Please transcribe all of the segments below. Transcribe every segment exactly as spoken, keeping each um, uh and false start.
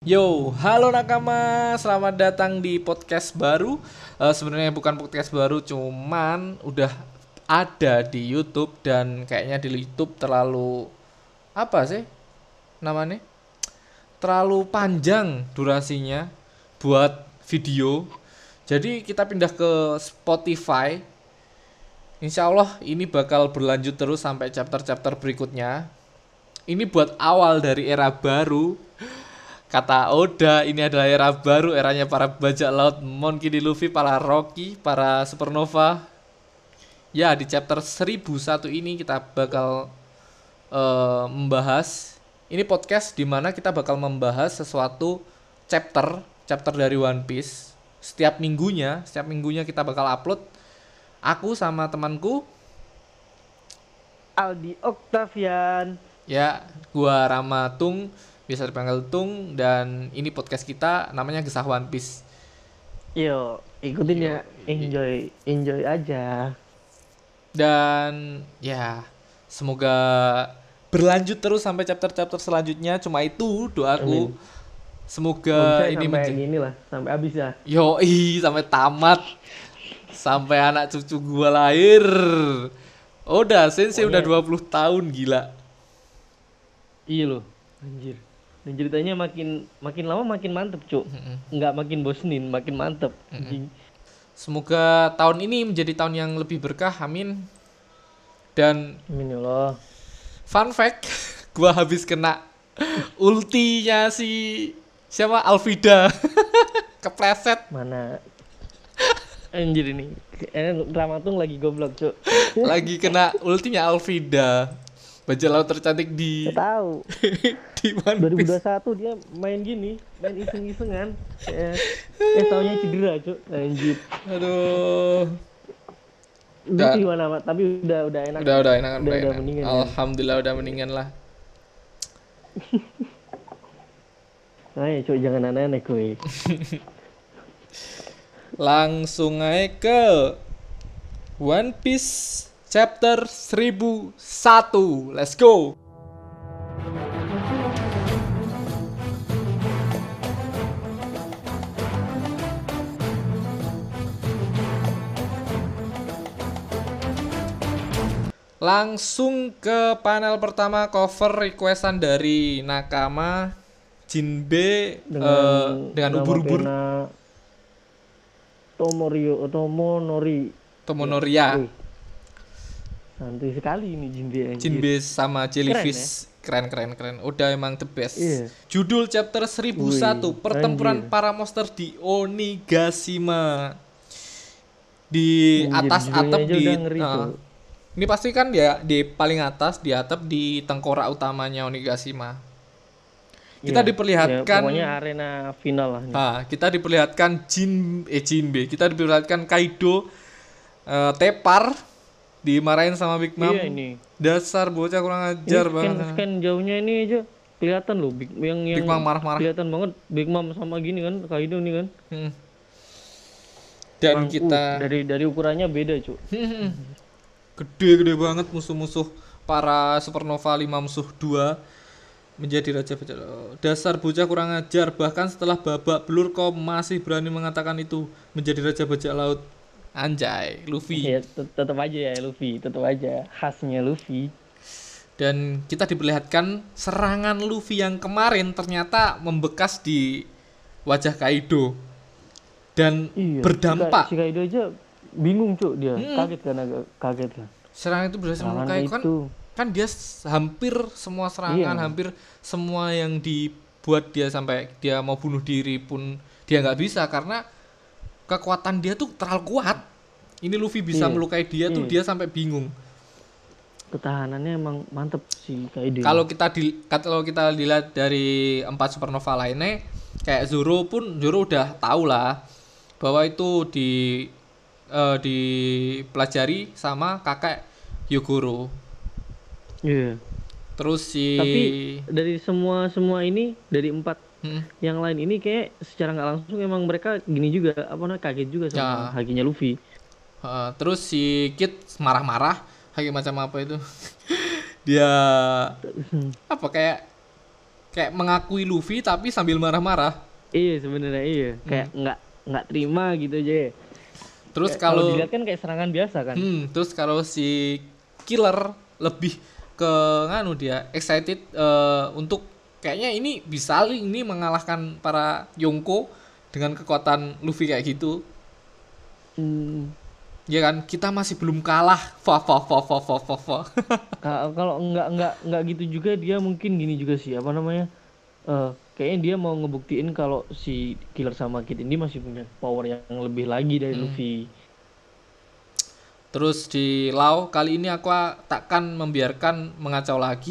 Yo, halo nakama, selamat datang di podcast baru. Eh, sebenarnya bukan podcast baru, cuman udah ada di YouTube dan kayaknya di YouTube terlalu apa sih namanya? Terlalu panjang durasinya buat video. Jadi kita pindah ke Spotify. Insya Allah ini bakal berlanjut terus sampai chapter-chapter berikutnya. Ini buat awal dari era baru. Kata Oda, ini adalah era baru, eranya para bajak laut, Monkey D. Luffy, para Rocky, para Supernova. Ya, di chapter seribu satu ini kita bakal eh, membahas. Ini podcast di mana kita bakal membahas sesuatu chapter, chapter dari One Piece. Setiap minggunya, setiap minggunya kita bakal upload. Aku sama temanku, Aldi Octavian. ya, gua Rama Tung, biasa dipanggil Tung, dan ini podcast kita namanya Gesah One Piece. Yo, ikutin Yo, ya. Enjoy, enjoy aja. Dan ya, semoga berlanjut terus sampai chapter-chapter selanjutnya. Cuma itu doaku. Amin. Semoga Bisa ini sampai menjadi gini lah, sampai habis ya. yoi sampai tamat. Sampai anak cucu gua lahir. Udah, Sensei udah Pokoknya dua puluh tahun, gila. iya loh, anjir. Dan ceritanya makin makin lama makin mantep, Cuk. Nggak makin bosenin, makin mantep. Anjing. Semoga tahun ini menjadi tahun yang lebih berkah, amin. Dan Amin ya Allah. fun fact, gua habis kena ultinya si siapa Alvida. Kepleset. Mana anjir ini. Eh, Ramatung lagi goblok, Cuk. Lagi kena ultinya Alvida. Bajak laut tercantik di Nggak tahu. di One Piece. dua ribu dua puluh satu dia main gini, main iseng-isengan. Eh, eh taunya cedera, Cuk. Anjir. Aduh. Udah Udah, gimana, Mak? Tapi udah udah enak. udah, udah enak, Udah udah udah enak. mendingan ya. Alhamdulillah udah mendingan lah. Ayo, Cuk, jangan aneh-aneh, kuy. Langsung aja ke One Piece chapter seribu satu. Let's go. Langsung ke panel pertama, cover requestan dari Nakama Jinbe eh, dengan nama ubur-ubur pena Tomorio Tomonori. Tomonoria. Wih, santuy sekali ini Jinbe, anjir. Jinbe sama Jellyfish. Keren, keren, keren. Udah emang the best. Iya. Judul chapter seribu satu, Wih, pertempuran anjir. para monster di Onigashima. Di Anjir, atas judulnya atap aja di udah ngeri, uh, Cuk. ini pasti kan ya di paling atas di atap di tengkorak utamanya Onigashima. Kita Iya, diperlihatkan ya, pokoknya arena final lah nih. Nah, kita diperlihatkan Jin eh Jinbe. Kita diperlihatkan Kaido eh, tepar dimarahin sama Big Mom. Iya ini. Dasar bocah kurang Ini ajar scan, banget. scan jauhnya ini aja kelihatan loh, Big, yang yang Big Mom marah-marah. kelihatan banget Big Mom sama gini kan, Kaido nih kan. Hmm. Dan Emang, kita uh, dari dari ukurannya beda, Cuk. gede-gede banget musuh-musuh para Supernova lima musuh dua menjadi raja bajak laut. Dasar bocah kurang ajar, bahkan setelah babak belur kau masih berani mengatakan itu menjadi raja bajak laut. Anjay, Luffy. Ya tet- tetap aja ya Luffy, tetap aja khasnya Luffy. Dan kita diperlihatkan serangan Luffy yang kemarin ternyata membekas di wajah Kaido dan Iya, berdampak. Si, Ka- si Kaido aja bingung, Cuk, dia. Hmm. Kaget kan, agak kaget kan. Serangan itu berhasil Serangan melukai kan, itu. kan dia s- hampir semua serangan, Iya. hampir semua yang dibuat dia sampai dia mau bunuh diri pun dia nggak bisa karena kekuatan dia tuh terlalu kuat. Ini Luffy bisa Iya. melukai dia tuh Iya. dia sampai bingung. Ketahanannya emang mantep si Kaido. Kalau kita di kalau kita dilihat dari empat supernova lainnya kayak Zoro pun Zoro udah tahu lah bahwa itu di eh, dipelajari sama kakek Yogoro. Iya. Terus si Tapi dari semua semua ini, dari empat Hmm, yang lain ini kayak secara nggak langsung emang mereka gini juga, apa namanya, kaget juga sama Ya. hakinya Luffy. eh, terus si Kid marah-marah kayak macam apa itu. Dia apa kayak kayak mengakui Luffy tapi sambil marah-marah. Iya sebenarnya iya, kayak Hmm. nggak nggak terima gitu aja. Terus Kayak kalau dilihat kan kayak serangan biasa kan. hmm, terus kalau si Killer lebih ke nganu dia excited eh, untuk kayaknya ini bisa ini mengalahkan para Yonko dengan kekuatan Luffy kayak gitu. Hmm. Ya kan, kita masih belum kalah. Fa fa fa fa fa fa fa. Ka- Kalau nggak nggak nggak gitu juga dia mungkin gini juga sih apa namanya? Eh kayaknya dia mau ngebuktiin kalau si Killer sama Kid ini masih punya power yang lebih lagi dari Hmm. Luffy. Terus di Lau kali ini aku takkan membiarkan mengacau lagi.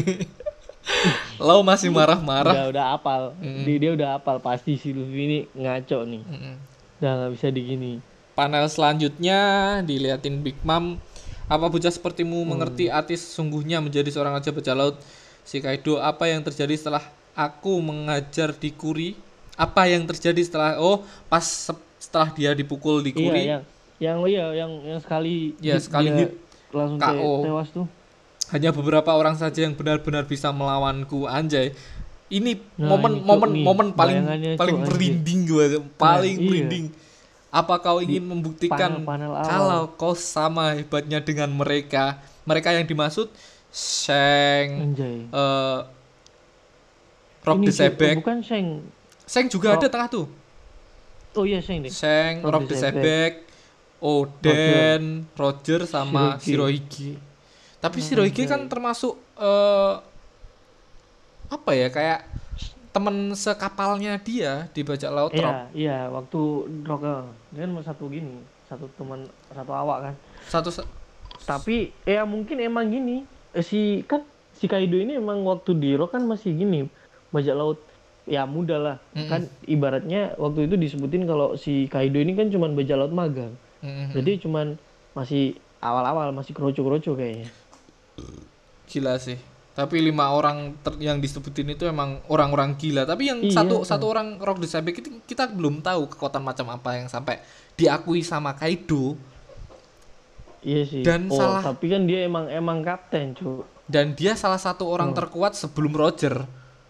Lau masih marah-marah. Udah udah apal. Mm-mm. Dia, dia udah apal pasti si Luffy ini ngaco nih. Mm-mm. Udah nggak bisa digini. Panel selanjutnya diliatin Big Mom. Apa bocah sepertimu Hmm. mengerti arti sesungguhnya menjadi seorang raja bajak laut? Si Kaido, apa yang terjadi setelah aku mengajar di Kuri? Apa yang terjadi setelah oh pas se- setelah dia dipukul di Iya Kuri? yang yang iya yang yang sekali Ya, hit sekali dia hit langsung K O. te- tewas tuh. Hanya beberapa orang saja yang benar-benar bisa melawanku, anjay. Ini Nah, momen ini, Cuk, momen nih, momen paling bayangannya, Cuk, paling anjir. merinding gue, paling Nah, iya. merinding. Apa kau ingin membuktikan panel-panel awal. kalau kau sama hebatnya dengan mereka? Mereka yang dimaksud Sheng, Anjay. eh Rock Ini the Cuk, Sebek. bukan Sheng. Sheng juga Rock. ada tengah tuh. Oh iya Sheng deh. Sheng, Rock Rock the the Sebek, Oden, Roger sama Shirohige. Shirohige. Tapi Hmm, Shirohige anjay. kan termasuk eh apa ya, kayak temen sekapalnya dia di bajak laut Iya, Rock. iya, waktu Rock dia kan satu gini, satu teman, satu awak kan. Satu se- Tapi ya mungkin emang gini, eh, si kan si Kaido ini emang waktu di Rock kan masih gini, bajak laut ya muda lah. Mm-mm. Kan ibaratnya waktu itu disebutin kalau si Kaido ini kan cuman bajak laut magang. Mhm. Jadi cuman masih awal-awal masih kroco-kroco kayaknya. Gila sih. Tapi lima orang ter- yang disebutin itu emang orang-orang gila. Tapi yang Iya. satu satu orang Rock the Sebek itu kita belum tahu kekuatan macam apa yang sampai diakui sama Kaido. Iya sih. Dan oh, salah- tapi kan dia emang emang kapten, cu. Dan dia salah satu orang Hmm. terkuat sebelum Roger.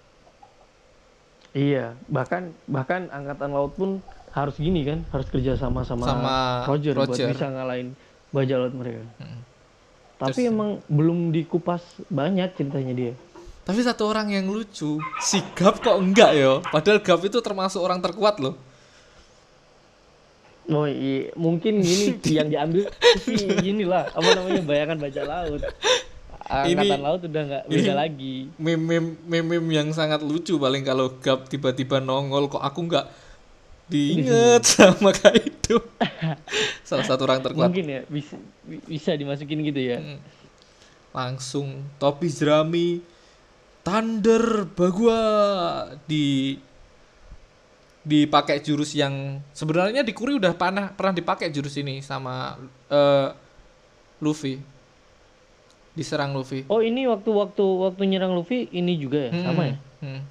Iya, bahkan bahkan angkatan laut pun harus gini kan, harus kerja sama sama Sama Roger, buat Roger. bisa ngalahin bajak laut mereka. Mm. Tapi Terus- emang belum dikupas banyak ceritanya dia. Tapi satu orang yang lucu, si Gap kok enggak ya? Padahal Gap itu termasuk orang terkuat loh. Oh iya, mungkin gini yang diambil sih gini lah, apa namanya bayangan bajak laut. Angkatan Ini- laut udah nggak beda ini- lagi. Meme meme yang sangat lucu paling kalau Gap tiba-tiba nongol kok aku enggak diinget sama Kaido. Salah satu orang terkuat. Mungkin ya bisa bi- bisa dimasukin gitu ya. Mm. Langsung topi jerami Thunder Bagua di dipakai jurus yang sebenarnya di Kuri udah pernah pernah dipakai jurus ini sama eh, Luffy. Diserang Luffy. Oh ini waktu waktu waktu nyerang Luffy ini juga ya sama ya. Hmm.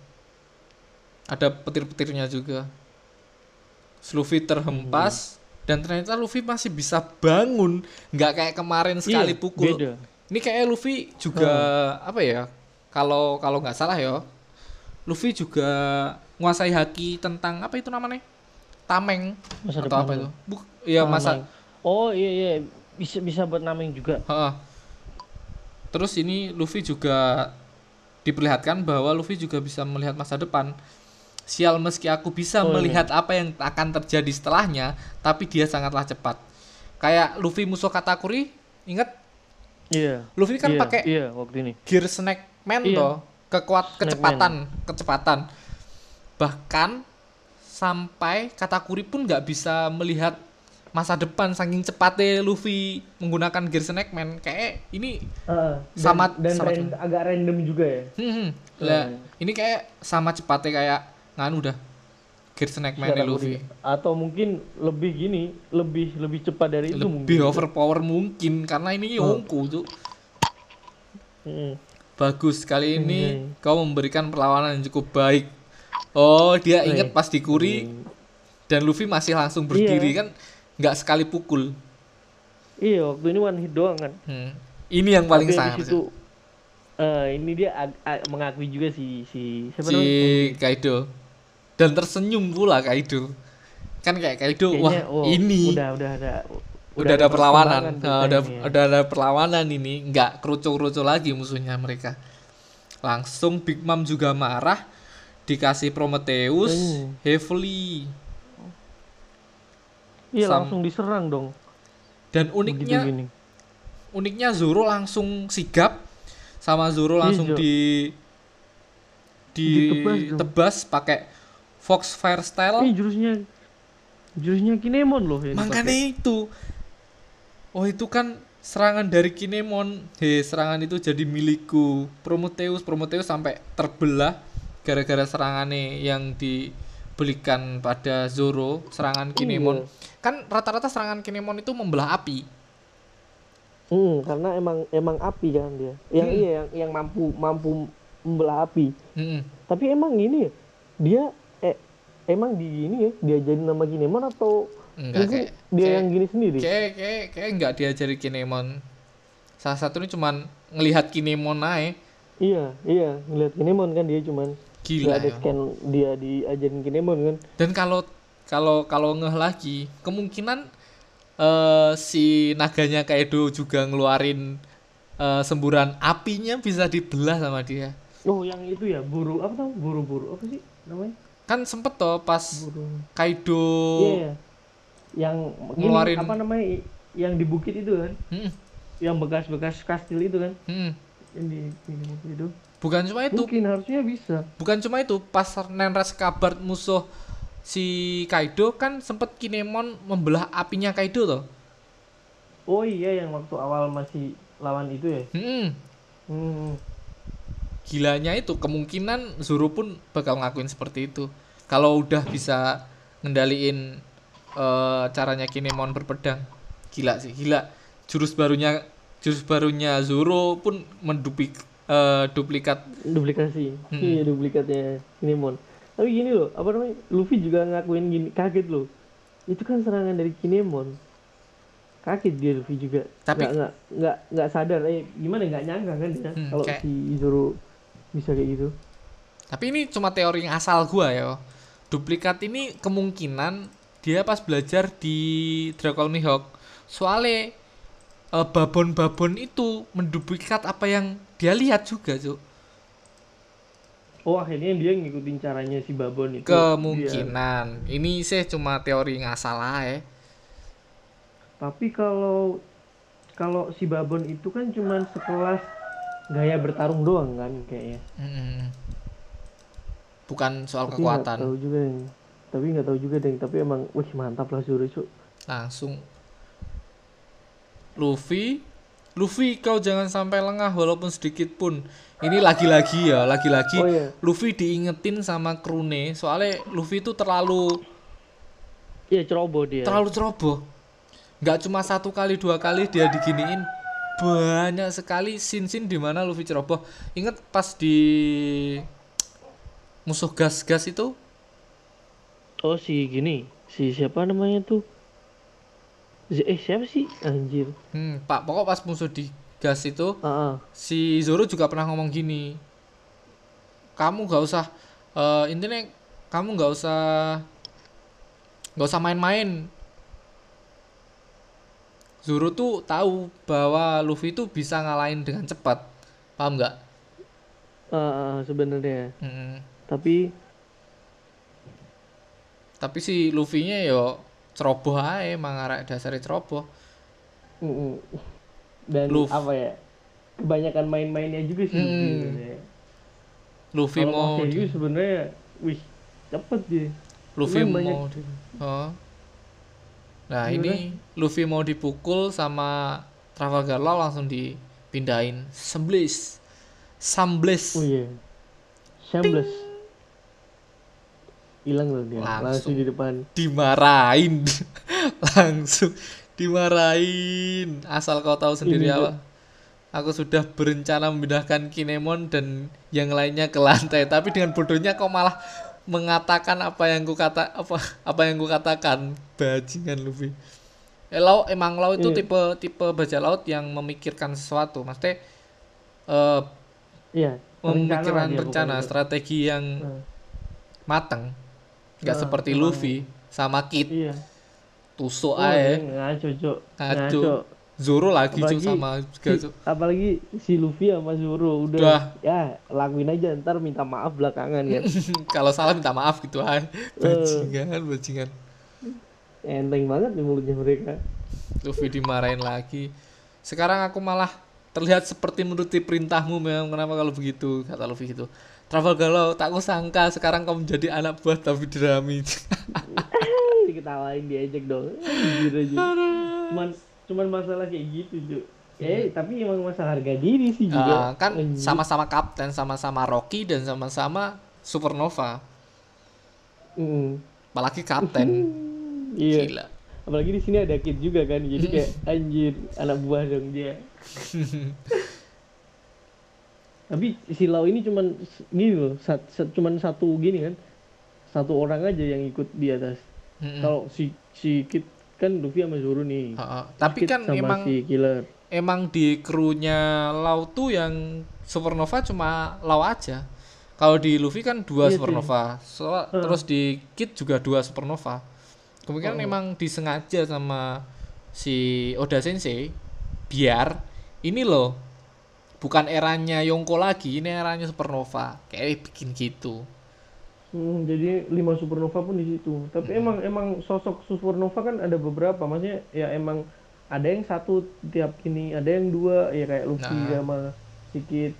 Ada petir-petirnya juga. Luffy terhempas dan ternyata Luffy masih bisa bangun, nggak kayak kemarin sekali Iya, pukul. beda. Ini kayak Luffy juga apa ya? Kalau kalau nggak salah ya, Luffy juga menguasai haki tentang apa itu namanya? Tameng Masa atau depan apa lu. itu? Buk, ya masa. Nameng. Oh iya iya bisa bisa buat nameng juga. Heeh. Terus ini Luffy juga diperlihatkan bahwa Luffy juga bisa melihat masa depan. Sial meski aku bisa Oh, iya. melihat apa yang akan terjadi setelahnya, tapi dia sangatlah cepat. Kayak Luffy musuh Katakuri, ingat? Iya. Luffy kan iya, pakai iya waktu ini. gear Snakeman Iya. toh, kekuat Snakeman. kecepatan, kecepatan. Bahkan sampai Katakuri pun nggak bisa melihat masa depan saking cepatnya Luffy menggunakan gear Snakeman. Kayak ini Heeh, dan, Sama- dan sama ran- agak random juga ya. hmm, hmm. Lah, Hmm. ini kayak sama cepatnya kayak nganu udah gear Snakeman Secara Luffy. Luffy. Atau mungkin lebih gini, lebih lebih cepat dari itu mungkin. Lebih overpower mungkin karena ini Yonko tuh. Mm. Bagus kali ini Hmm. kau memberikan perlawanan yang cukup baik. Oh, dia Wih. inget pas di Kuri Hmm. dan Luffy masih langsung berdiri Iya. kan, nggak sekali pukul. Iya, waktu ini one hit doang kan. Hmm. Ini yang paling Tapi sangat. habis itu Eh, ini dia ag- ag- mengakui juga si si siapa si namanya? Henry. Kaido, dan tersenyum pula Kaido. Kan kayak Kaido, Kayaknya wah oh ini udah udah ada udah udah ada ada perkembangan perlawanan. Nah, cerita udah ini ya. udah ada perlawanan ini, nggak kerucu-kerucu lagi musuhnya mereka. Langsung Big Mom juga marah, dikasih Prometheus Hmm. heavily. Iya Sam langsung diserang dong. dan Begitu uniknya gini. uniknya Zoro langsung sigap, sama Zoro Iya, langsung Jo. di Ditebas dong. ditebas pakai Fox Fire Eh Style. jurusnya jurusnya Kinemon loh yang Makanya dipakai. itu, oh itu kan serangan dari Kinemon. He, serangan itu jadi milikku. Prometheus, Prometheus sampai terbelah gara-gara serangannya yang dibelikan pada Zoro, serangan Kinemon. Iya. Kan rata-rata serangan Kinemon itu membelah api. Hmm, karena emang emang api kan dia. Yang Hmm. iya yang yang mampu mampu membelah api. Hmm. Tapi emang gini ya. Dia eh emang di gini ya diajarin nama Kinemon atau Enggak, mungkin kayak dia kayak yang gini sendiri? kayak kayak kayak nggak diajari Kinemon. Salah satunya cuman ngelihat Kinemon aja. Iya, iya, ngeliat Kinemon kan dia cuman nggak Gila ada ya. scan dia diajarin Kinemon kan. Dan kalau kalau kalau ngeh lagi, kemungkinan eh, si naganya Kaido juga ngeluarin eh, semburan apinya bisa dibelah sama dia. Oh, yang itu ya, buru apa tau? Buru-buru apa sih namanya? Kan sempet toh pas Buru. Kaido Iya, iya. Yang gini ngeluarin, apa namanya? Yang di bukit itu kan? hmm, Yang bekas-bekas kastil itu kan? hmm. Yang di, di bukit itu. Bukan cuma itu, Mungkin harusnya bisa. bukan cuma itu, pas Nenres kabar musuh si Kaido kan sempet Kinemon membelah apinya Kaido toh. Oh iya, yang waktu awal masih lawan itu ya. Hmm. Hmm. Gilanya itu kemungkinan Zoro pun bakal ngakuin seperti itu. Kalau udah bisa ngendaliin eh, caranya Kinemon berpedang. Gila sih, gila. Jurus barunya jurus barunya Zoro pun menduplik eh, duplikat. Duplikasi. Hmm. Iya, duplikatnya Kinemon. Tapi gini loh, apa namanya? Luffy juga ngakuin gini, kaget loh. Itu kan serangan dari Kinemon. Kaget dia Luffy juga. Tapi- nggak nggak nggak nggak sadar eh gimana nggak nyangka kan dia Hmm, kalau kayak- si Zoro bisa kayak gitu. Tapi ini cuma teori yang asal gua ya. Duplikat ini kemungkinan dia pas belajar di Dragon Mihawk. Soalnya eh, babon-babon itu menduplikat apa yang dia lihat juga, Cuk. Oh akhirnya dia ngikutin caranya si Babon itu. Biar- Kemungkinan. Ini sih cuma teori ngasal aja. Tapi kalau kalau si Babon itu kan cuman sekelas gaya bertarung doang kan kayaknya. Mm-mm. Bukan soal Tapi nggak kekuatan. tahu juga yang tapi nggak tahu juga deh tapi emang wih mantap lah Zoro Cuk. Langsung Luffy, Luffy kau jangan sampai lengah walaupun sedikit pun. Ini lagi-lagi ya, lagi-lagi Oh iya. Luffy diingetin sama krune. Soalnya Luffy itu terlalu Iya ceroboh dia. terlalu ceroboh. Nggak cuma satu kali dua kali dia diginiin, banyak sekali scene-scene di mana Luffy ceroboh. Ingat pas di musuh gas-gas itu. Oh si gini, si siapa namanya tuh? Z- Eh siapa sih? Anjir. Hmm, Pak, pokok pas musuh di gas itu, Ah, ah. si Zoro juga pernah ngomong gini. Kamu gak usah, eh intinya kamu gak usah, gak usah main-main. Zoro tuh tahu bahwa Luffy tuh bisa ngalahin dengan cepat, paham nggak? Ah, ah, sebenarnya. Mm-mm. Tapi Tapi si Luffy-nya yo ceroboh aja, emang arek dasarnya ceroboh. mm, dan Luffy. apa ya? Kebanyakan main-mainnya juga sih Luffy Hmm. sebenarnya. Luffy Kalau mau mau di, serius sebenarnya, wih cepet dia. Luffy Cuman banyak- mau di, oh. Nah Gimana? ini Luffy mau dipukul sama Trafalgar Law langsung dipindahin. Samblis, Samblis. Oh iya. Shameless. Hilang loh dia. Langsung. Langsung di depan. Dimarahin, langsung dimarahin. Asal kau tahu sendiri Ini apa? Aku sudah berencana memindahkan Kinemon dan yang lainnya ke lantai, tapi dengan bodohnya kau malah mengatakan apa yang ku kata apa apa yang ku katakan. Bajingan Luffy. Eh, Lau, emang Lau itu Iya. tipe tipe bajak laut yang memikirkan sesuatu. Maksudnya eh, Iya, rencana lah memikirkan dia pokoknya rencana tuh. strategi yang Nah, mateng, nggak nah, seperti emang Luffy sama Kid iya. tusuk Oh, dia aja ngaco, Cok. ngaco. Ngaco. Zoro lagi cuk Apalagi sama juga si cuk. apalagi si Luffy sama Zoro udah Udah ya lakuin aja ntar minta maaf belakangan kan. kalau salah minta maaf gitu aja. Eh, Bajingan, bajingan. enteng banget nih mulutnya mereka. Luffy dimarahin lagi. Sekarang aku malah terlihat seperti menuruti perintahmu memang, kenapa kalau begitu, kata Luffy gitu. Travel galau, tak kusangka sekarang kamu menjadi anak buah tapi dirami. Diketawain diejek dong. Anjir aja. Cuman cuman masalah kayak gitu, Cuk. Eh, tapi emang masalah harga diri sih Eh, juga. kan Anjir. sama-sama kapten, sama-sama Rocky dan sama-sama Supernova. Mm. Apalagi kapten. Iya. Gila. Apalagi di sini ada Kid juga kan. Jadi kayak anjir, anak buah dong dia. Tapi si Lau ini cuman s- gini loh, sat, sat- cuman satu gini kan. Satu orang aja yang ikut di atas. Mm-mm. Kalau si si Kid kan Luffy sama Zoro nih. Ha-ha. Terus Tapi Kid kan sama emang si Killer. emang di krunya Lau tuh yang Supernova cuma Lau aja. Kalau di Luffy kan dua Iya sih. Supernova. So, Heeh. terus di Kid juga dua Supernova. Kemungkinan Heeh. emang disengaja sama si Oda Sensei biar ini loh bukan eranya Yonko lagi, ini eranya Supernova. Kayak bikin gitu. Hmm, jadi lima supernova pun di situ. Tapi emang emang sosok supernova kan ada beberapa. Maksudnya ya emang ada yang satu tiap ini, ada yang dua ya kayak Luffy Nah, sama Sikit.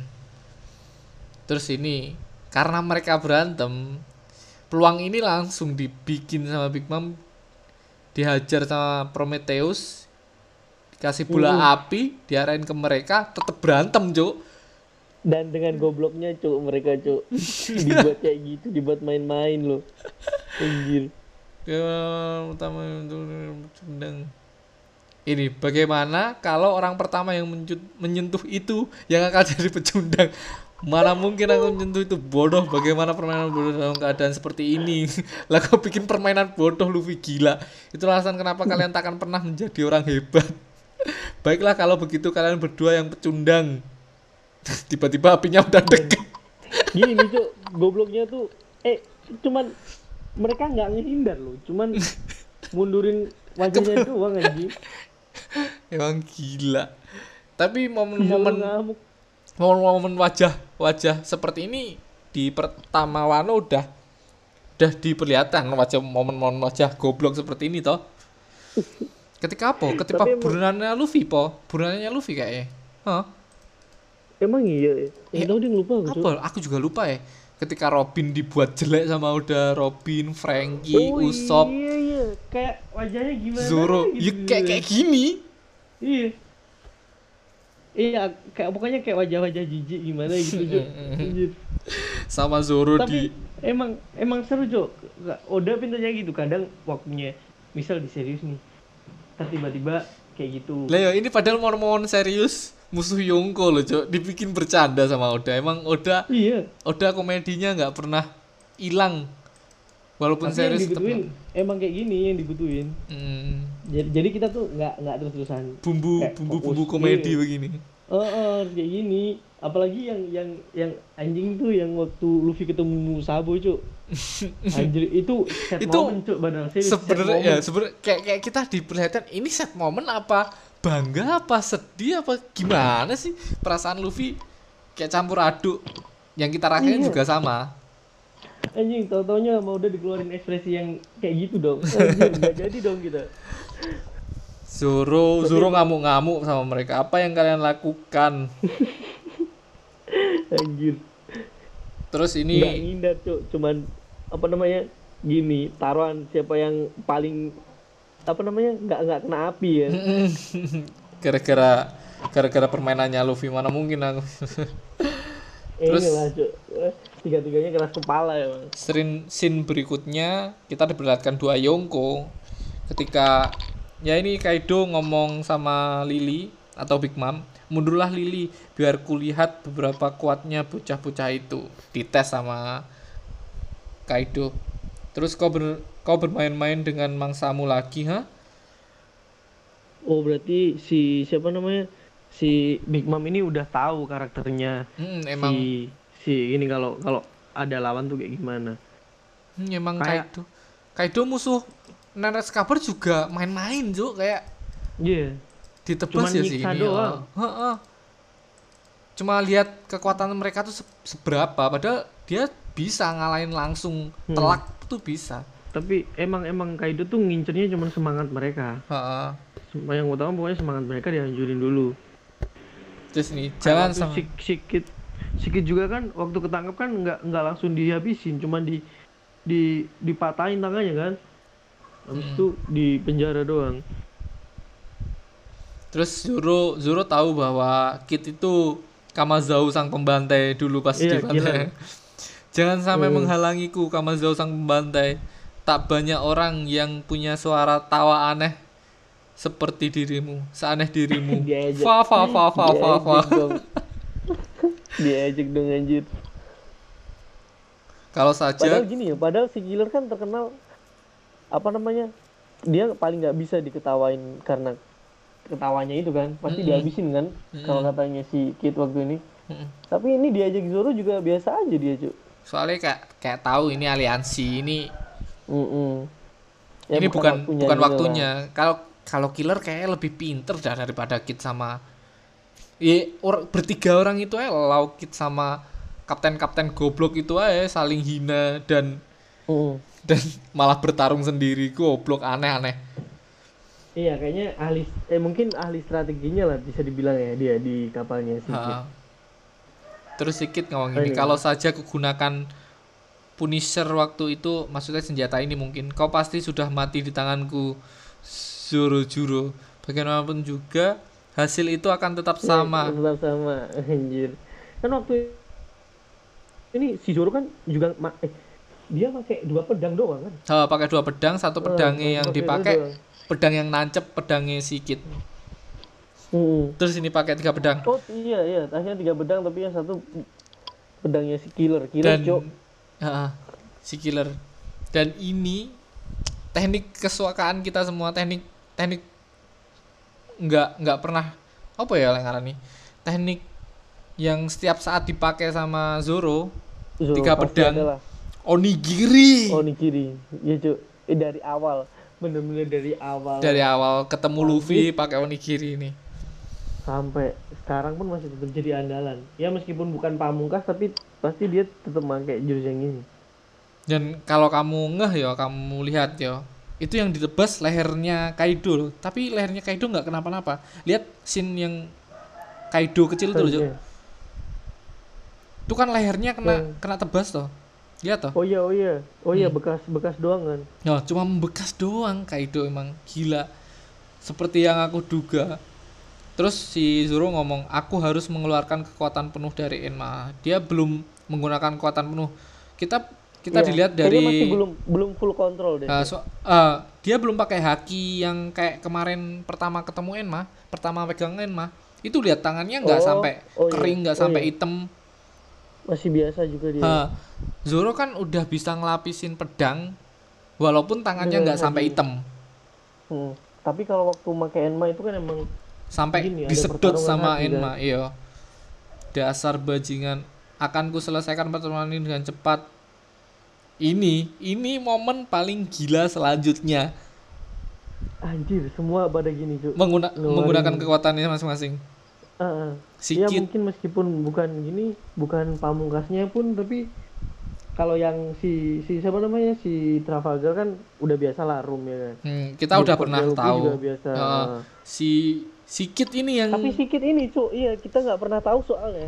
terus ini karena mereka berantem, peluang ini langsung dibikin sama Big Mom, dihajar sama Prometheus, dikasih bola Mm-mm. api, diarahin ke mereka, tetep berantem, Cuk. Dan dengan gobloknya cuk mereka cuk dibuat kayak gitu, dibuat main-main loh. Anjir. Ya, pertama untuk cendang. Ini bagaimana kalau orang pertama yang mencut- menyentuh itu yang akan jadi pecundang? Mana mungkin aku menyentuh itu, bodoh. Bagaimana permainan bodoh dalam keadaan seperti ini? Lah kau bikin permainan bodoh, Luffy, gila. Itu alasan kenapa kalian takkan pernah menjadi orang hebat. Baiklah kalau begitu kalian berdua yang pecundang. Tiba-tiba apinya udah deket. Gini cuk, gobloknya tuh eh cuman mereka nggak ngehindar loh, cuman mundurin wajahnya doang anjing. Emang gila. Tapi Zoro momen-momen ngamuk. momen-momen wajah-wajah seperti ini di pertama Wano udah udah diperlihatkan wajah, momen-momen wajah goblok seperti ini toh. Ketika apa? Ketika Tapi emang buronannya Luffy po, buronannya Luffy kayaknya. Hah? emang iya ya. Eh, Yang tahu dia lupa aku cuk. apa? Aku juga lupa ya. Ketika Robin dibuat jelek sama udah Robin, Frankie, Oh Usopp, iya iya, kayak wajahnya gimana Zoro, gitu. ya kayak kayak gini. Iya. Iya, kayak pokoknya kayak wajah-wajah jijik gimana gitu, Cuk. Anjir. Sama Zoro di Tapi emang emang seru, Cuk. Nggak- Oda pintunya gitu kadang waktunya misal di serius nih. Ntar tiba-tiba kayak gitu. lah ya ini padahal momen-momen serius musuh Yonko loh, Cok. Dibikin bercanda sama Oda. Emang Oda Iya, Oda komedinya nggak pernah hilang walaupun tapi yang serius tetep dibutuhin emang kayak gini yang dibutuhin. hmm, Jadi, jadi kita tuh nggak nggak terus-terusan bumbu kayak bumbu fokus. bumbu komedi Iya. begini. Oh, oh, kayak gini. Apalagi yang yang yang anjing tuh yang waktu Luffy ketemu Sabo, Cuk. Anjir, itu set Itu moment, Cuk, padahal serius set Sebenarnya ya moment. sebenarnya kayak kayak kita diperlihatkan ini set momen apa bangga apa sedih apa gimana sih, perasaan Luffy kayak campur aduk, yang kita rasain Iya. juga sama. Anjing, tau-taunya mau udah dikeluarin ekspresi yang kayak gitu dong. Anjir, nggak jadi dong kita. Zoro Tapi Zoro emang ngamuk-ngamuk sama mereka, apa yang kalian lakukan? anjir, Terus nggak ini ngindar, Cuk. Cuman apa namanya? Gini, taruhan siapa yang paling apa namanya? nggak nggak kena api ya. gara-gara gara-gara permainannya Luffy, mana mungkin aku. Eh, Terus inilah, Cuk. Eh, Tiga-tiganya keras kepala ya, Bang. scene scene berikutnya kita diperlihatkan dua Yonko ketika ya ini Kaido ngomong sama Lily atau Big Mom, mundurlah Lily biar kulihat beberapa kuatnya bocah-bocah itu, dites sama Kaido. Terus kau ber, kau bermain-main dengan mangsamu lagi, ha? Oh, berarti si siapa namanya? si Big Mom ini udah tahu karakternya Hmm, si emang si ini kalau kalau ada lawan tuh kayak gimana. hmm, emang Kayak Kaido. Kaido musuh Nenek Kabar juga main-main, Cuk, kayak iya, ditebas cuman ya si nyiksa ini. Heeh. doang. Heeh. Cuma lihat kekuatan mereka tuh se- seberapa, padahal dia bisa ngalahin langsung Hmm. telak tuh bisa. Tapi emang emang Kaido tuh ngincernya cuman semangat mereka. Heeh. Sem- Yang utama pokoknya semangat mereka dihancurin dulu. Terus nih, Kayak jangan waktu sama si Sikit Sikit juga kan waktu ketangkep kan nggak nggak langsung dihabisin, cuman di di dipatahin tangannya kan. Habis Mm. itu di penjara doang. Terus Zoro Zoro tahu bahwa Kid itu Kamazau sang pembantai dulu pas di Iya, killer. pantai. Jangan sampai Eh, menghalangiku Kamazau sang pembantai. Tak banyak orang yang punya suara tawa aneh seperti dirimu, seaneh dirimu. diajak Fa fa fa fa fa fa. diajak dong. Diajak dong anjir. Kalau Padahal saja gini ya, padahal si killer kan terkenal apa namanya? Dia paling nggak bisa diketawain karena ketawanya itu kan, pasti Mm-mm, dihabisin kan kalau mm-mm, katanya si Kid waktu ini. mm-mm. Tapi ini diajak Zoro juga biasa aja dia, Cuk. Soalnya kayak kayak tahu ini aliansi, ini Mm-mm. Ya ini bukan bukan waktunya bukan gitu lah. waktunya. Kalau kalau killer kayak lebih pinter dah daripada Kid sama ya or, bertiga orang itu eh Law Kid sama kapten-kapten goblok itu aja saling hina dan Mm-mm. dan malah bertarung sendiri, goblok, aneh-aneh. Iya, kayaknya ahli eh mungkin ahli strateginya lah bisa dibilang ya dia di kapalnya si Kid. Ha. Terus sedikit ngomong Oh, gini, ini kalau kan. saja kugunakan Punisher waktu itu, maksudnya senjata ini mungkin, kau pasti sudah mati di tanganku, Zoro Juro. Bagaimanapun juga, hasil itu akan tetap Ya, sama. tetap sama anjir. Kan waktu ini si Zoro kan juga ma- eh dia pakai dua pedang doang kan. Ha, pakai dua pedang, satu Eh, pedangnya masih yang pakai itu dipakai doang. pedang yang nancep, pedangnya sikit. Mm-mm. Terus ini pakai tiga pedang. Oh iya iya, tasnya tiga pedang tapi yang satu pedangnya si killer. Killer, Cok. Dan ha, si killer. Dan ini teknik kesukaan kita semua, teknik teknik nggak nggak pernah apa ya ngaran nih, teknik yang setiap saat dipakai sama Zoro, Zoro tiga pasti pedang adalah onigiri onigiri. Iya, Cok. Eh, dari awal. Bener-bener dari awal dari awal ketemu Luffy sampai pakai onigiri ini. sampai sekarang pun masih tetap jadi andalan. Ya meskipun bukan pamungkas tapi pasti dia tetap pakai jurus yang ini. Dan kalau kamu ngeh ya, kamu lihat ya, itu yang ditebas lehernya Kaido loh, tapi lehernya Kaido nggak kenapa-napa. Lihat scene yang Kaido kecil tuh loh, Cuk. Iya. Itu kan lehernya kena Yang kena tebas toh, lihat toh. oh iya oh iya. Oh iya Hmm. bekas bekas doang kan. Nah, cuma membekas doang. Kaido emang gila, seperti yang aku duga. Terus si Zoro ngomong, aku harus mengeluarkan kekuatan penuh dari Enma. Dia belum menggunakan kekuatan penuh. Kita kita Iya, dilihat kayaknya masih dari belum belum full control deh. uh, so- uh, dia belum pakai haki yang kayak kemarin pertama ketemu Enma, pertama pegang Enma. Itu lihat tangannya nggak Oh, sampai oh iya. kering, nggak Oh sampai iya. hitam. Masih biasa juga dia. Ha, Zoro kan udah bisa ngelapisin pedang, walaupun tangannya Dengan nggak sampai haki. hitam, Hmm. Tapi kalau waktu pakai Enma itu kan emang sampai gini, ada disedot pertarungan sama haki kan. Enma. Iya. Dasar bajingan, akan ku selesaikan pertarungan ini dengan cepat. Ini, ini momen paling gila selanjutnya. Anjir, semua pada gini, Cuk. Mengguna- Ngeluarin- menggunakan kekuatannya masing-masing. Ah, ah. Si Ya Kid, mungkin meskipun bukan gini, bukan pamungkasnya pun, tapi kalau yang si si siapa namanya si Trafalgar kan udah biasa lah room ya kan. hmm, kita udah Discord pernah Yellow tahu. juga biasa. Uh, Ah. si si Kid ini yang Tapi sedikit ini, Cuk. Iya, kita nggak pernah tahu soalnya.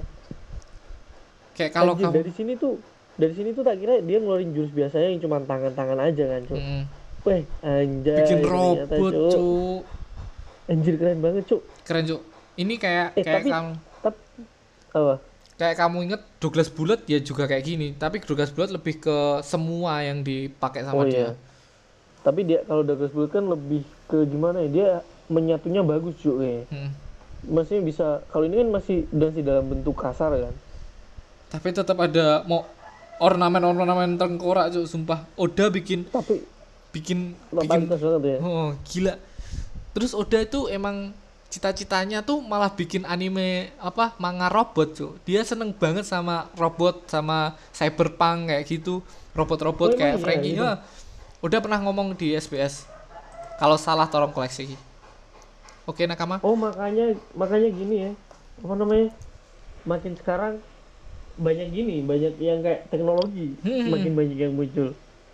kayak kalau Anjir, kamu dari sini tuh dari sini tuh tak kira dia ngeluarin jurus biasanya yang cuma tangan-tangan aja kan, Cuk. hmm, Weh, anjay. bikin ternyata, robot, Cuk. Cuk. Anjir keren banget, Cuk. Keren, Cuk. Ini kayak Eh, kayak tapi- kamu Tapi apa? kayak kamu inget Douglas Bullet ya juga kayak gini, tapi Douglas Bullet lebih ke semua yang dipakai sama Oh dia. iya. Tapi dia kalau Douglas Bullet kan lebih ke gimana ya? Dia menyatunya bagus, Cuk. Ya. Hmm. Maksudnya bisa kalau ini kan masih masih dalam bentuk kasar kan. Tapi tetap ada mau ornamen-ornamen tengkorak, Cuk, sumpah. Oda bikin Tapi bikin bikin totalitas banget ya. oh, gila. Terus Oda itu emang cita-citanya tuh malah bikin anime apa manga robot cuy. Dia seneng banget sama robot sama cyberpunk kayak gitu, Oh robot-robot emang kayak iya Frankie gitu. ya. Udah pernah ngomong di S B S, kalau salah tolong koleksi. Oke nakama. Oh makanya makanya gini ya. Apa namanya? Makin sekarang banyak gini, banyak yang kayak teknologi, Hmm. semakin banyak yang muncul.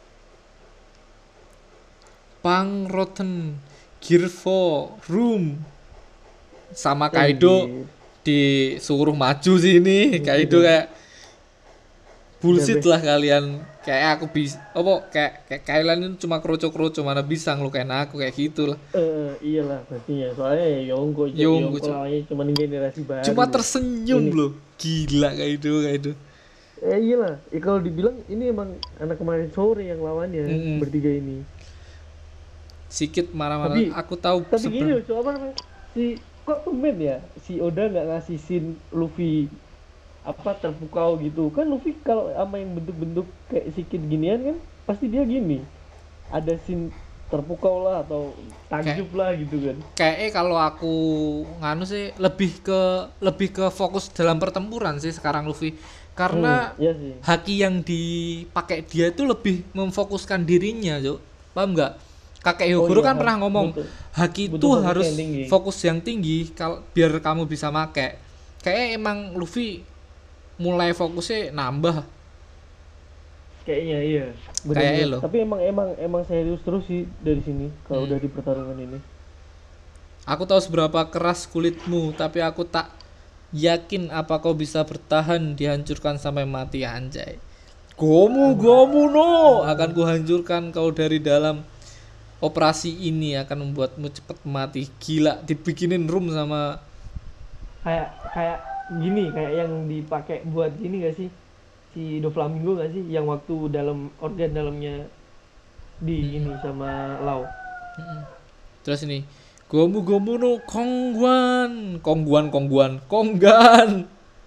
Pang Rotten, Gear four, Room, sama Kaido Anjir, disuruh maju sini. gitu. Kaido kayak Udah bullshit best. lah kalian. Kayak aku bisa apa kayak kayak kalian itu cuma kroco-kroco, mana bisa ngelukain aku kayak gitu lah. Eh iyalah pastinya. Soalnya ya Yongko, Cuk. Yung Yongko cuk. lawannya cuma generasi Cuma baru loh. tersenyum Ini loh. Gila Kaido Kaido. eh iyalah, ya, kalau dibilang ini emang anak kemarin sore yang lawannya Mm-mm. bertiga ini. Sikit marah-marah. Tapi Aku tahu tapi gini sebenarnya. loh, Cuk, apa namanya? Si kok tumben ya si Oda nggak ngasih scene Luffy apa terpukau gitu kan. Luffy kalau sama yang bentuk-bentuk kayak sikit ginian kan pasti dia gini, ada scene terpukau lah atau Kayak takjub lah gitu kan. kayaknya kalau aku nganu sih lebih ke lebih ke fokus dalam pertempuran sih sekarang Luffy. Hmm, Karena iya sih. haki yang dipakai dia itu lebih memfokuskan dirinya, Cuk. Paham nggak? Kakek Oh Hyogoro iya, kan ha- pernah ngomong, butuh haki itu butuh fokus harus yang tinggi. fokus yang tinggi kal biar kamu bisa make. Kayaknya emang Luffy mulai fokusnya nambah Kayaknya iya, kayaknya benar-benar. loh. Tapi emang emang emang serius terus sih dari sini kalau Hmm. udah di pertarungan ini. Aku tahu seberapa keras kulitmu, tapi aku tak yakin apa kau bisa bertahan dihancurkan sampai mati anjay. Gomu gomu no, akan kuhancurkan kau dari dalam. Operasi ini akan membuatmu cepat mati. Gila, dibikinin room sama Kayak kayak gini, kayak yang dipakai buat gini gak sih? Si Doflamingo gak sih yang waktu dalam organ dalamnya di ini sama Lau. terus ini. Gomu gomu no kongguan, kongguan kongguan, konggan.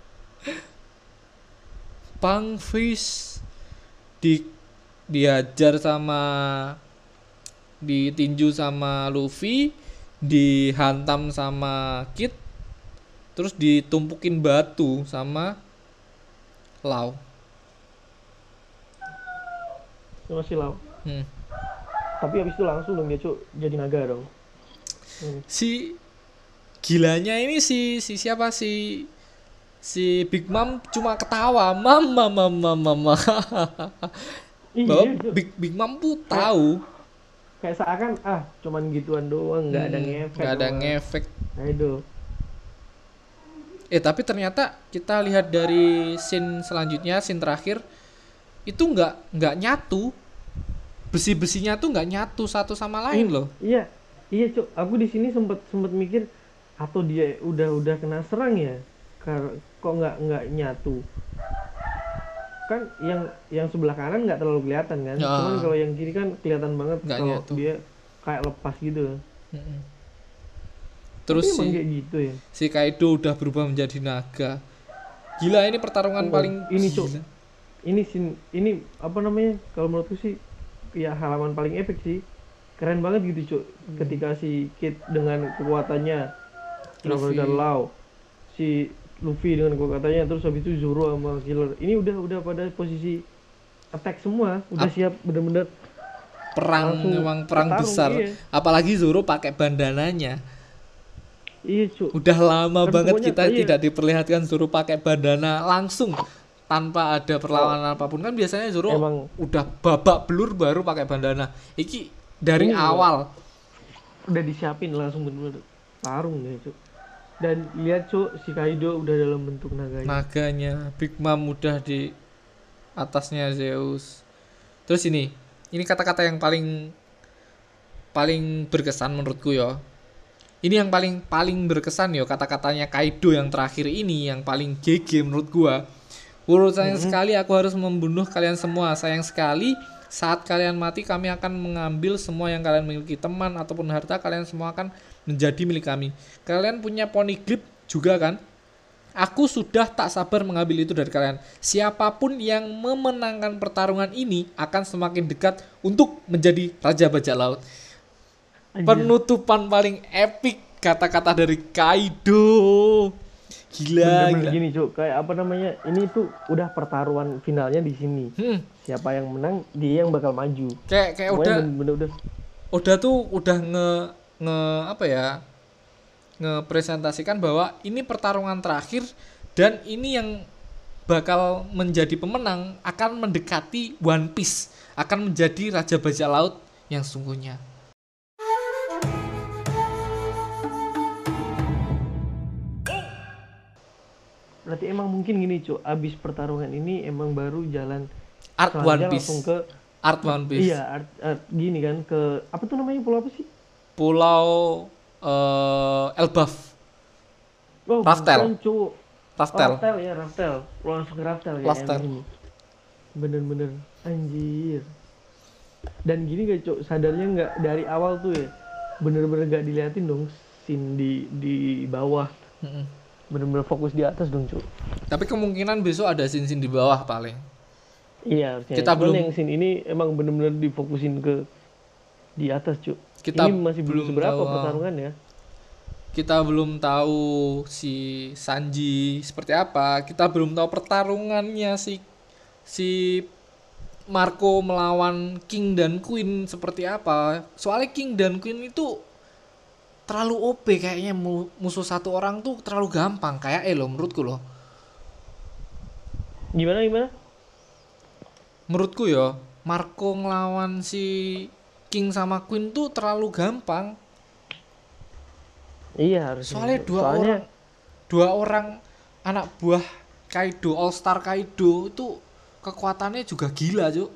Pangfish di diajar sama ditinju sama Luffy, dihantam sama Kid, terus ditumpukin batu sama Lau. Sama si Lau. Hmm. Tapi habis itu langsung dong dia Cuk jadi naga dong. Hmm. Si gilanya ini si si siapa si si Big Mom cuma ketawa, mama mama mama. Bahwa Iya, Cuk. Big Big Mom tuh tahu Kayak seakan ah cuman gituan doang, nggak ada hmm, ngefek. nggak ada sama ngefek. Kaido. Eh tapi ternyata kita lihat dari scene selanjutnya, scene terakhir itu nggak nggak nyatu, besi-besinya tuh nggak nyatu satu sama lain Hmm, loh. iya, iya Cuk. Aku di sini sempet sempet mikir atau dia udah udah kena serang ya, Kar- kok nggak nggak nyatu. Kan yang yang sebelah kanan nggak terlalu kelihatan kan, Ya, cuman kalau yang kiri kan kelihatan banget nggak kalau nyatu. dia kayak lepas gitu. Mm-mm. Tapi Terus emang si kayak gitu ya. si Kaido udah berubah menjadi naga. Gila ini pertarungan Oh, paling ini Cuk, gila. ini sin ini apa namanya, kalau menurutku sih ya halaman paling epic sih. Keren banget gitu Cuk, ketika si Kid dengan kekuatannya Luffy. dan Lau, si Luffy dengan kekuatannya, terus habis itu Zoro sama Killer ini udah udah pada posisi attack semua, udah Ap- siap bener-bener Perang langsung memang perang bertarung, besar. iya. Apalagi Zoro pakai bandananya. Iya Cuk, Udah lama kan banget pokoknya kita iya. tidak diperlihatkan Zoro pakai bandana langsung tanpa ada perlawanan apapun. Kan biasanya Zoro Emang- udah babak belur baru pakai bandana. Iki dari Ini enggak. awal. Udah disiapin langsung bener-bener tarung ya Cuk. Dan lihat Cuk, si Kaido udah dalam bentuk naganya. Naganya Big Mom udah di atasnya Zeus. Terus ini, ini kata-kata yang paling paling berkesan menurutku ya. Ini yang paling paling berkesan ya kata-katanya Kaido yang terakhir ini yang paling G G menurut gua. Urut sayang sekali aku harus membunuh kalian semua. Sayang sekali saat kalian mati kami akan mengambil semua yang kalian miliki, teman ataupun harta kalian semua akan menjadi milik kami. Kalian punya poneglyph juga kan? Aku sudah tak sabar mengambil itu dari kalian. Siapapun yang memenangkan pertarungan ini akan semakin dekat untuk menjadi Raja Bajak Laut. Anjir. Penutupan paling epic kata-kata dari Kaido. Gila, Bener-bener gila. gini cuk, kayak apa namanya, ini tuh udah pertaruhan finalnya di sini. Hmm, Siapa yang menang dia yang bakal maju. kayak kayak Pokoknya udah bener-bener udah. udah tuh udah nge nge apa ya? Ngepresentasikan bahwa ini pertarungan terakhir dan ini yang bakal menjadi pemenang akan mendekati One Piece, akan menjadi raja bajak laut yang sungguhnya. Berarti emang mungkin gini cuk, abis pertarungan ini emang baru jalan Art One selanjutnya Piece. langsung ke Art One Piece. iya art, art, gini kan ke apa tuh namanya, pulau apa sih? Pulau eh, Elbaf. Oh Raftel. bukan cuk. Oh, Raftel. Raftel ya, Raftel. Langsung ke Raftel ya Raftel. emang ini. Bener-bener anjir. Dan gini gak cuk, sadarnya nggak dari awal tuh ya, bener-bener gak diliatin dong scene di di bawah, Mm-mm. bener-bener fokus di atas dong cuk. Tapi kemungkinan besok ada scene-scene di bawah paling. Iya harusnya. Kita Cuman belum- yang scene ini emang bener-bener difokusin ke di atas cuk. Kita Ini masih belum belum seberapa tahu. pertarungan ya. Kita belum tahu si Sanji seperti apa. Kita belum tahu pertarungannya si si Marco melawan King dan Queen seperti apa. Soalnya King dan Queen itu terlalu O P kayaknya, mu- musuh satu orang tuh terlalu gampang kayak eh lo menurutku loh. Gimana gimana? Menurutku ya, Marco ngelawan si King sama Queen tuh terlalu gampang. Iya harusnya. Soalnya Cuk. dua Soalnya orang dua orang anak buah Kaido, All Star Kaido itu kekuatannya juga gila, Cuk.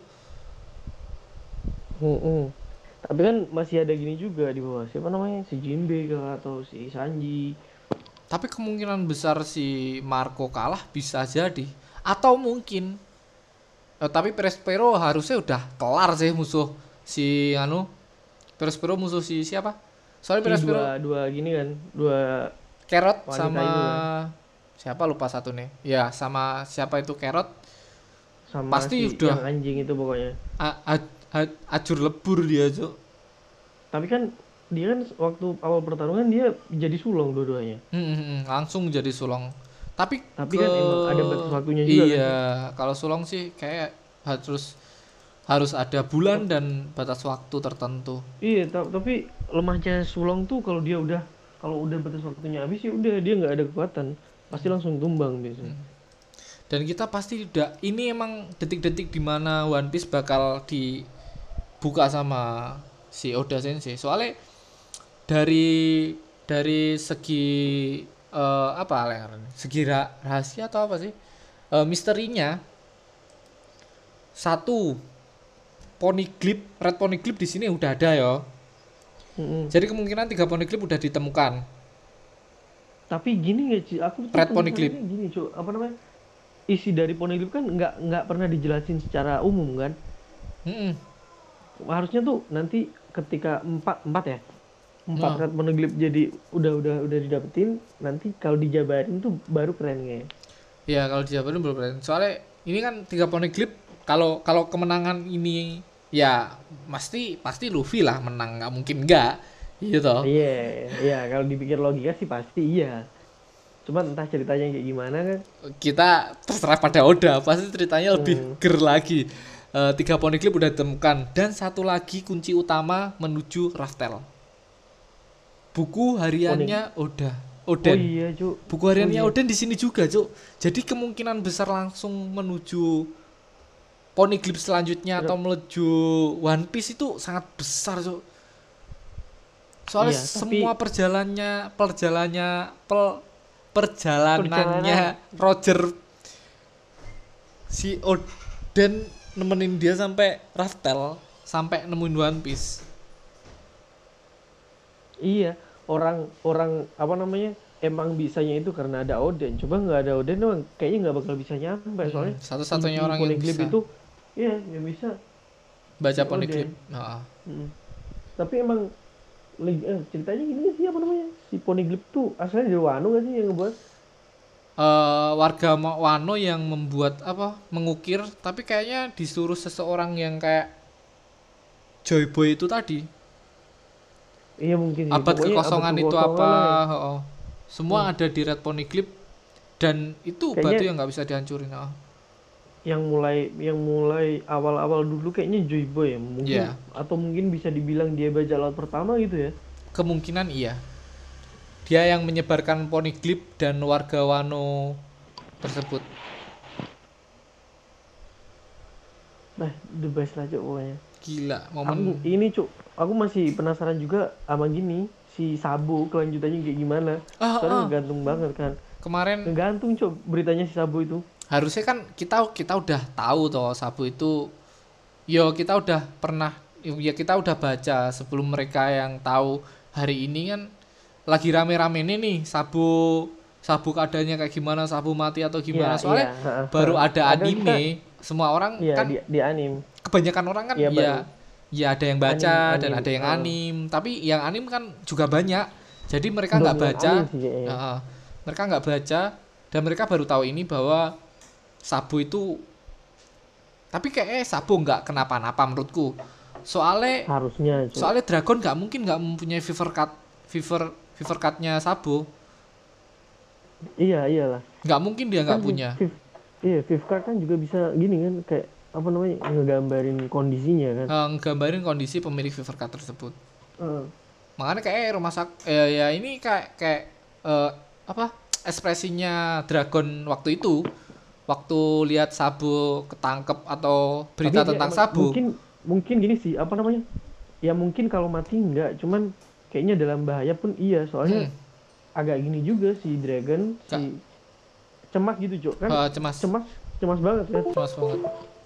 Mm-mm. Tapi kan masih ada gini juga di bawah. Siapa namanya? Si Jinbe kah atau si Sanji. Tapi kemungkinan besar si Marco kalah bisa jadi. Atau mungkin eh, tapi Perespero harusnya udah kelar sih musuh si anu. Perespero musuh si siapa? Soalnya Si Perespero dua dua gini kan, dua Carrot wanita sama itu siapa lupa satu nih. Ya, sama siapa itu Carrot sama Pasti si udah. yang anjing itu pokoknya. a- a- a- acur lebur dia, Cuk. Tapi kan dia kan waktu awal pertarungan dia jadi sulong dua-duanya. Hmm, hmm, hmm, langsung jadi sulong. Tapi Tapi kan emang ada batas waktunya juga kan, iya, kalau sulong sih kayak harus harus ada bulan dan batas waktu tertentu. Iya, ta- tapi lemahnya sulong tuh kalau dia udah kalau udah batas waktunya habis ya udah dia nggak ada kekuatan, pasti langsung tumbang biasanya. Dan kita pasti tidak, ini emang detik-detik dimana One Piece bakal dibuka sama si Oda Sensei. Soalnya dari dari segi eh, apa Ler? Segi ra- rahasia atau apa sih? Eh, misterinya satu poneglyph, red poneglyph di sini udah ada ya. Mm-mm. Jadi kemungkinan tiga poneglyph udah ditemukan. Tapi gini nggak sih, aku tuh Red penasarannya Poneglyph. gini cuy, apa namanya, isi dari Poneglyph kan nggak nggak pernah dijelasin secara umum kan. Mm-mm. Harusnya tuh nanti ketika empat empat ya empat Nah. red Poneglyph jadi udah udah udah didapetin, nanti kalau dijabarin tuh baru keren kayaknya. Ya kalau dijabarin belum keren. Soalnya ini kan tiga poneglyph. Kalau kalau kemenangan ini ya pasti pasti Luffy lah menang, nggak mungkin nggak. Iya toh. Iya, iya kalau dipikir logika sih pasti iya. Cuman entah ceritanya kayak gimana kan. Kita terserah pada Oda. Pasti ceritanya lebih Hmm. ger lagi. Eh, tiga poneglyph udah ditemukan dan satu lagi kunci utama menuju Raftel. Buku hariannya Oda. Oh Oden. iya, Cuk. Buku hariannya Oh iya. Oden di sini juga, Cuk. Jadi kemungkinan besar langsung menuju poneglyph selanjutnya atau menuju One Piece itu sangat besar, Cuk. Soalnya Iya, tapi- semua perjalanannya, perjalanannya, pel- perjalanannya Perjalanan. Roger si Oden nemenin dia sampai Raftel, sampai nemuin One Piece. Iya, orang orang apa namanya? Emang bisanya itu karena ada Oden. Coba nggak ada Oden emang kayaknya nggak bakal bisa nyampe soalnya. Satu-satunya inti orang yang Poneglyph bisa itu iya, yang bisa. baca si poneglyph. Oden. Heeh. Mm. Tapi emang leg- eh, ceritanya gini sih apa namanya? Si Poneglyph tuh asalnya dari Wano gak sih yang ngebuat? Eh, warga Ma- Wano yang membuat apa mengukir, tapi kayaknya disuruh seseorang yang kayak Joy Boy itu tadi. Iya mungkin sih. Abad Pokoknya abad kekosongan itu kekosongan apa? lah ya. Oh, semua Hmm. ada di Red Poneglyph dan itu batu Kayaknya yang nggak bisa dihancurin. Oh. yang mulai yang mulai awal-awal dulu kayaknya Joy Boy ya mungkin, Ya, atau mungkin bisa dibilang dia bajak laut pertama gitu ya. kemungkinan iya. Dia yang menyebarkan Poneglyph dan warga Wano tersebut. Nah, the best lah cuk pokoknya. Gila, momen. Aku ini cuk, aku masih penasaran juga sama gini si Sabo kelanjutannya kayak gimana. Ah, Soalnya ah. ngegantung banget kan. Kemarin Ngegantung cuk beritanya si Sabo itu. harusnya kan kita kita udah tahu toh Sabu itu, yo kita udah pernah, ya kita udah baca sebelum mereka yang tahu hari ini kan lagi rame-rame nih nih Sabu Sabu keadaannya kayak gimana, Sabu mati atau gimana, Iya, soalnya iya, ha, baru ha. ada Kadang kita anime, semua orang iya kan di, di anim. kebanyakan orang kan Iya, ya baru. ya ada yang baca Anim, dan anim, ada yang ah. anim, tapi yang anim kan juga banyak, jadi mereka nggak Dominan baca. anim sih kayaknya. Heeh. Mereka nggak baca dan mereka baru tahu ini bahwa Sabu itu, tapi kayaknya Sabu nggak kenapa-napa menurutku, soalnya Harusnya cuk. soalnya Dragon nggak mungkin nggak mempunyai fever cut fever fever cutnya Sabu, Iya, iyalah. nggak mungkin dia nggak Kan punya. Viv- iya, Vivcard kan juga bisa gini kan kayak apa namanya ngegambarin kondisinya kan. Eh, nggambarin kondisi pemilik fever cut tersebut. Heeh. Makanya kayak rumah sak eh, ya ini kayak kayak eh, apa ekspresinya Dragon waktu itu, waktu lihat Sabu ketangkep atau berita Tapi dia tentang emang- Sabu. Mungkin mungkin gini sih, apa namanya? Ya mungkin kalau mati enggak, cuman kayaknya dalam bahaya pun iya, soalnya Hmm. agak gini juga si Dragon, Kak. si cemas gitu, Cok. Kan Eh, cemas cemas cemas banget kan. cemas banget.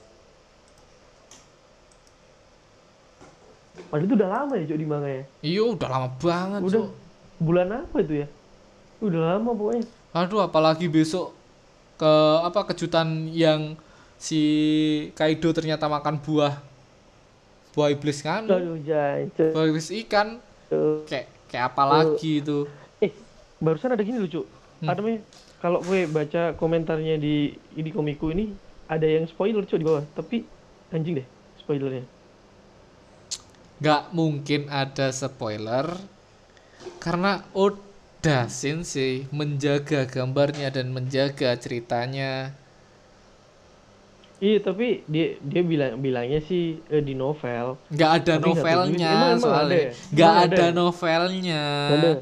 Padahal itu udah lama ya, Cok, di manga ya. Iya udah lama banget. Udah Cuk. bulan apa itu ya? Udah lama pokoknya. Aduh, apalagi besok ke apa kejutan yang si Kaido ternyata makan buah buah iblis kan, Aduh, Jay. Cok. buah iblis ikan, Cok. kayak kayak apa lagi itu. Eh, barusan ada gini lucu. Hmm. Ada namanya kalau gue baca komentarnya di di komiku ini ada yang spoiler cuy di bawah, tapi anjing deh spoilernya. Nggak mungkin ada spoiler karena Oda Sensei menjaga gambarnya dan menjaga ceritanya. Iya, tapi dia dia bilang bilangnya sih eh, di novel. Nggak ada Tapi nggak tahu novelnya juga. Emang- emang ada soalnya ya? nggak Emang ada, ada ya? novelnya. Ada.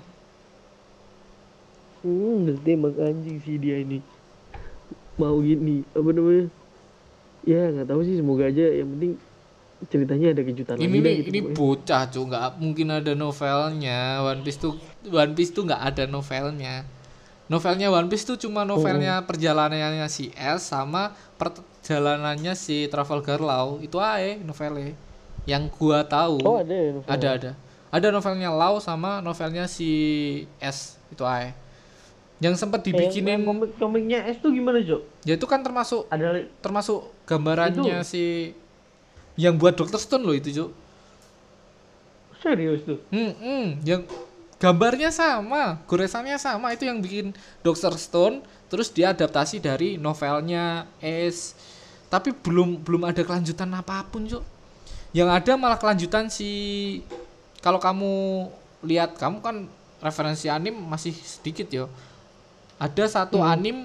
Hmm, ngerti emang anjing sih dia ini. Mau gini, apa namanya? Ya nggak tahu sih, semoga aja yang penting ceritanya ada kejutan Ini lagi dah nih, gitu ini pokoknya. bocah cuy, nggak mungkin ada novelnya. One Piece tuh One Piece tuh nggak ada novelnya. Novelnya One Piece tuh cuma novelnya perjalanannya si S sama perjalanannya si Trafalgar Law, itu aja novelnya. Yang gua tahu. Oh, ada ya novelnya? Ada ada. Ada novelnya Law sama novelnya si S, itu aja. Yang sempat Eh, yang- yang dibikinin, komik komiknya S tuh gimana, Cok? ya itu kan termasuk Ada li- termasuk gambarannya si yang buat Doctor Stone loh itu, Cuk. serius tuh. Hmm, hmm, yang gambarnya sama, goresannya sama, itu yang bikin Doctor Stone, terus dia adaptasi dari novelnya S. Tapi belum belum ada kelanjutan apapun, Cuk. Yang ada malah kelanjutan si, kalau kamu lihat, kamu kan referensi anim masih sedikit ya. Ada satu Hmm. anim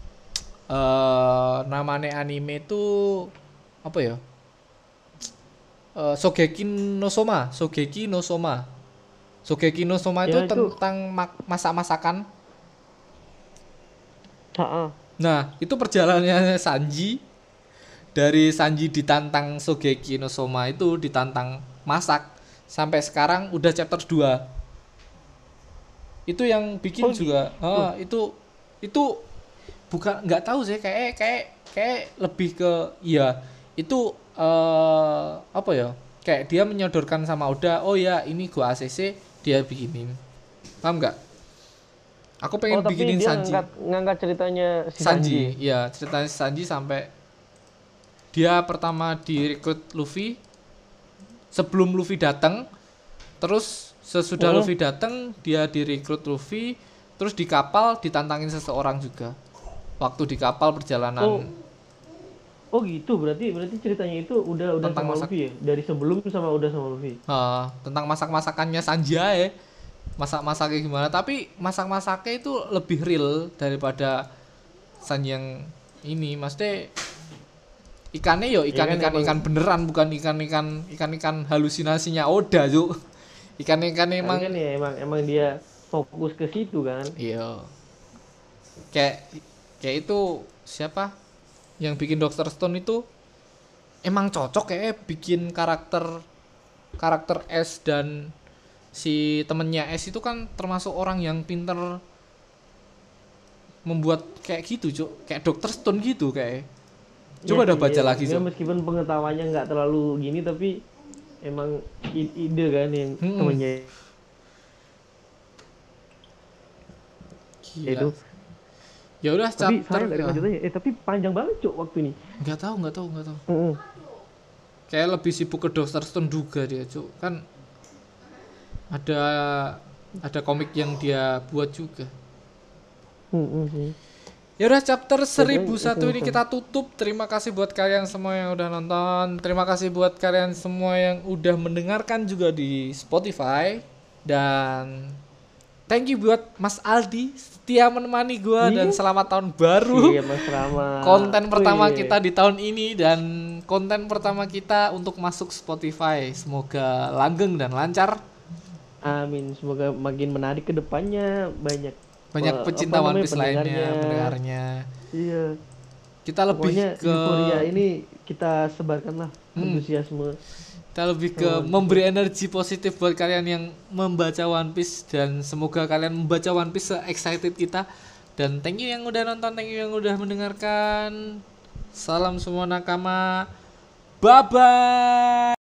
eh namanya anime itu apa ya? Eh, Shogeki no Soma, Shogeki no Soma. Shogeki no Soma itu Ya, itu- tentang mak- masak-masakan. Ha-ha. Nah, itu perjalanannya Sanji. Dari Sanji ditantang Shogeki no Soma itu ditantang masak sampai sekarang udah chapter dua. Itu yang bikin Oh, juga. Ah, itu itu bukan, nggak tahu sih, kayak kayak kayak lebih ke ya itu eh apa ya? Kayak dia menyodorkan sama Oda, oh ya ini gua A C C, dia bikinin. Paham nggak? Aku pengen Oh, tapi bikinin dia Sanji. ngangkat, ngangkat ceritanya si Sanji. Sanji, iya, ceritanya Sanji sampai dia pertama direkrut Luffy, sebelum Luffy datang, terus sesudah Oh. Luffy datang dia direkrut Luffy, terus di kapal ditantangin seseorang juga. Waktu di kapal perjalanan, Oh. Oh gitu, berarti berarti ceritanya itu udah udah Tentang sama masak Luffy ya? Dari sebelum sama udah sama Luffy. eh, tentang masak-masakannya Sanjay, masak-masaknya gimana, tapi masak-masaknya itu lebih real daripada San yang ini, maksudnya ikannya yo Ya kan ikan-ikan emang ikan beneran, bukan ikan-ikan ikan-ikan halusinasinya Oda Cuk. Ikan-ikan tapi emang kan ya emang emang dia fokus ke situ kan. iya, kayak kayak itu siapa yang bikin Doctor Stone itu emang cocok kayak bikin karakter karakter S, dan si temennya S itu kan termasuk orang yang pinter membuat kayak gitu Cuk, kayak Doctor Stone gitu kayak. Coba Ya dah sih, baca ya. lagi Ya, Cuk. meskipun pengetahuannya nggak terlalu gini tapi emang i- ide kan yang Hmm, temennya gila. itu. Ya udah Tapi chapter sayang dari ah, lanjutannya. Eh tapi panjang banget cuk waktu ini. nggak tahu nggak tahu nggak tahu. Heeh. Kayak lebih sibuk ke Doctor Stone juga dia Cuk. Kan ada ada komik yang dia buat juga. Heeh sih. Ya udah chapter Ya, seribu satu itu- ini itu. kita tutup. Terima kasih buat kalian semua yang udah nonton. Terima kasih buat kalian semua yang udah mendengarkan juga di Spotify. Dan thank you buat Mas Aldi setia menemani gua dan Iya. selamat tahun baru. Iya Mas Rama. Konten pertama Wih. kita di tahun ini dan konten pertama kita untuk masuk Spotify. Semoga langgeng dan lancar. Amin, semoga makin menarik ke depannya, banyak Banyak eh, pecinta apa One namanya, Piece lainnya pendengarnya. mendengarnya. Iya. Kita lebih Pokoknya ke euforia ini kita sebarkanlah Hmm. antusiasme. kita lebih ke memberi energi positif buat kalian yang membaca One Piece, dan semoga kalian membaca One Piece se-excited kita. Dan thank you yang udah nonton, thank you yang udah mendengarkan. Salam semua nakama. Bye bye.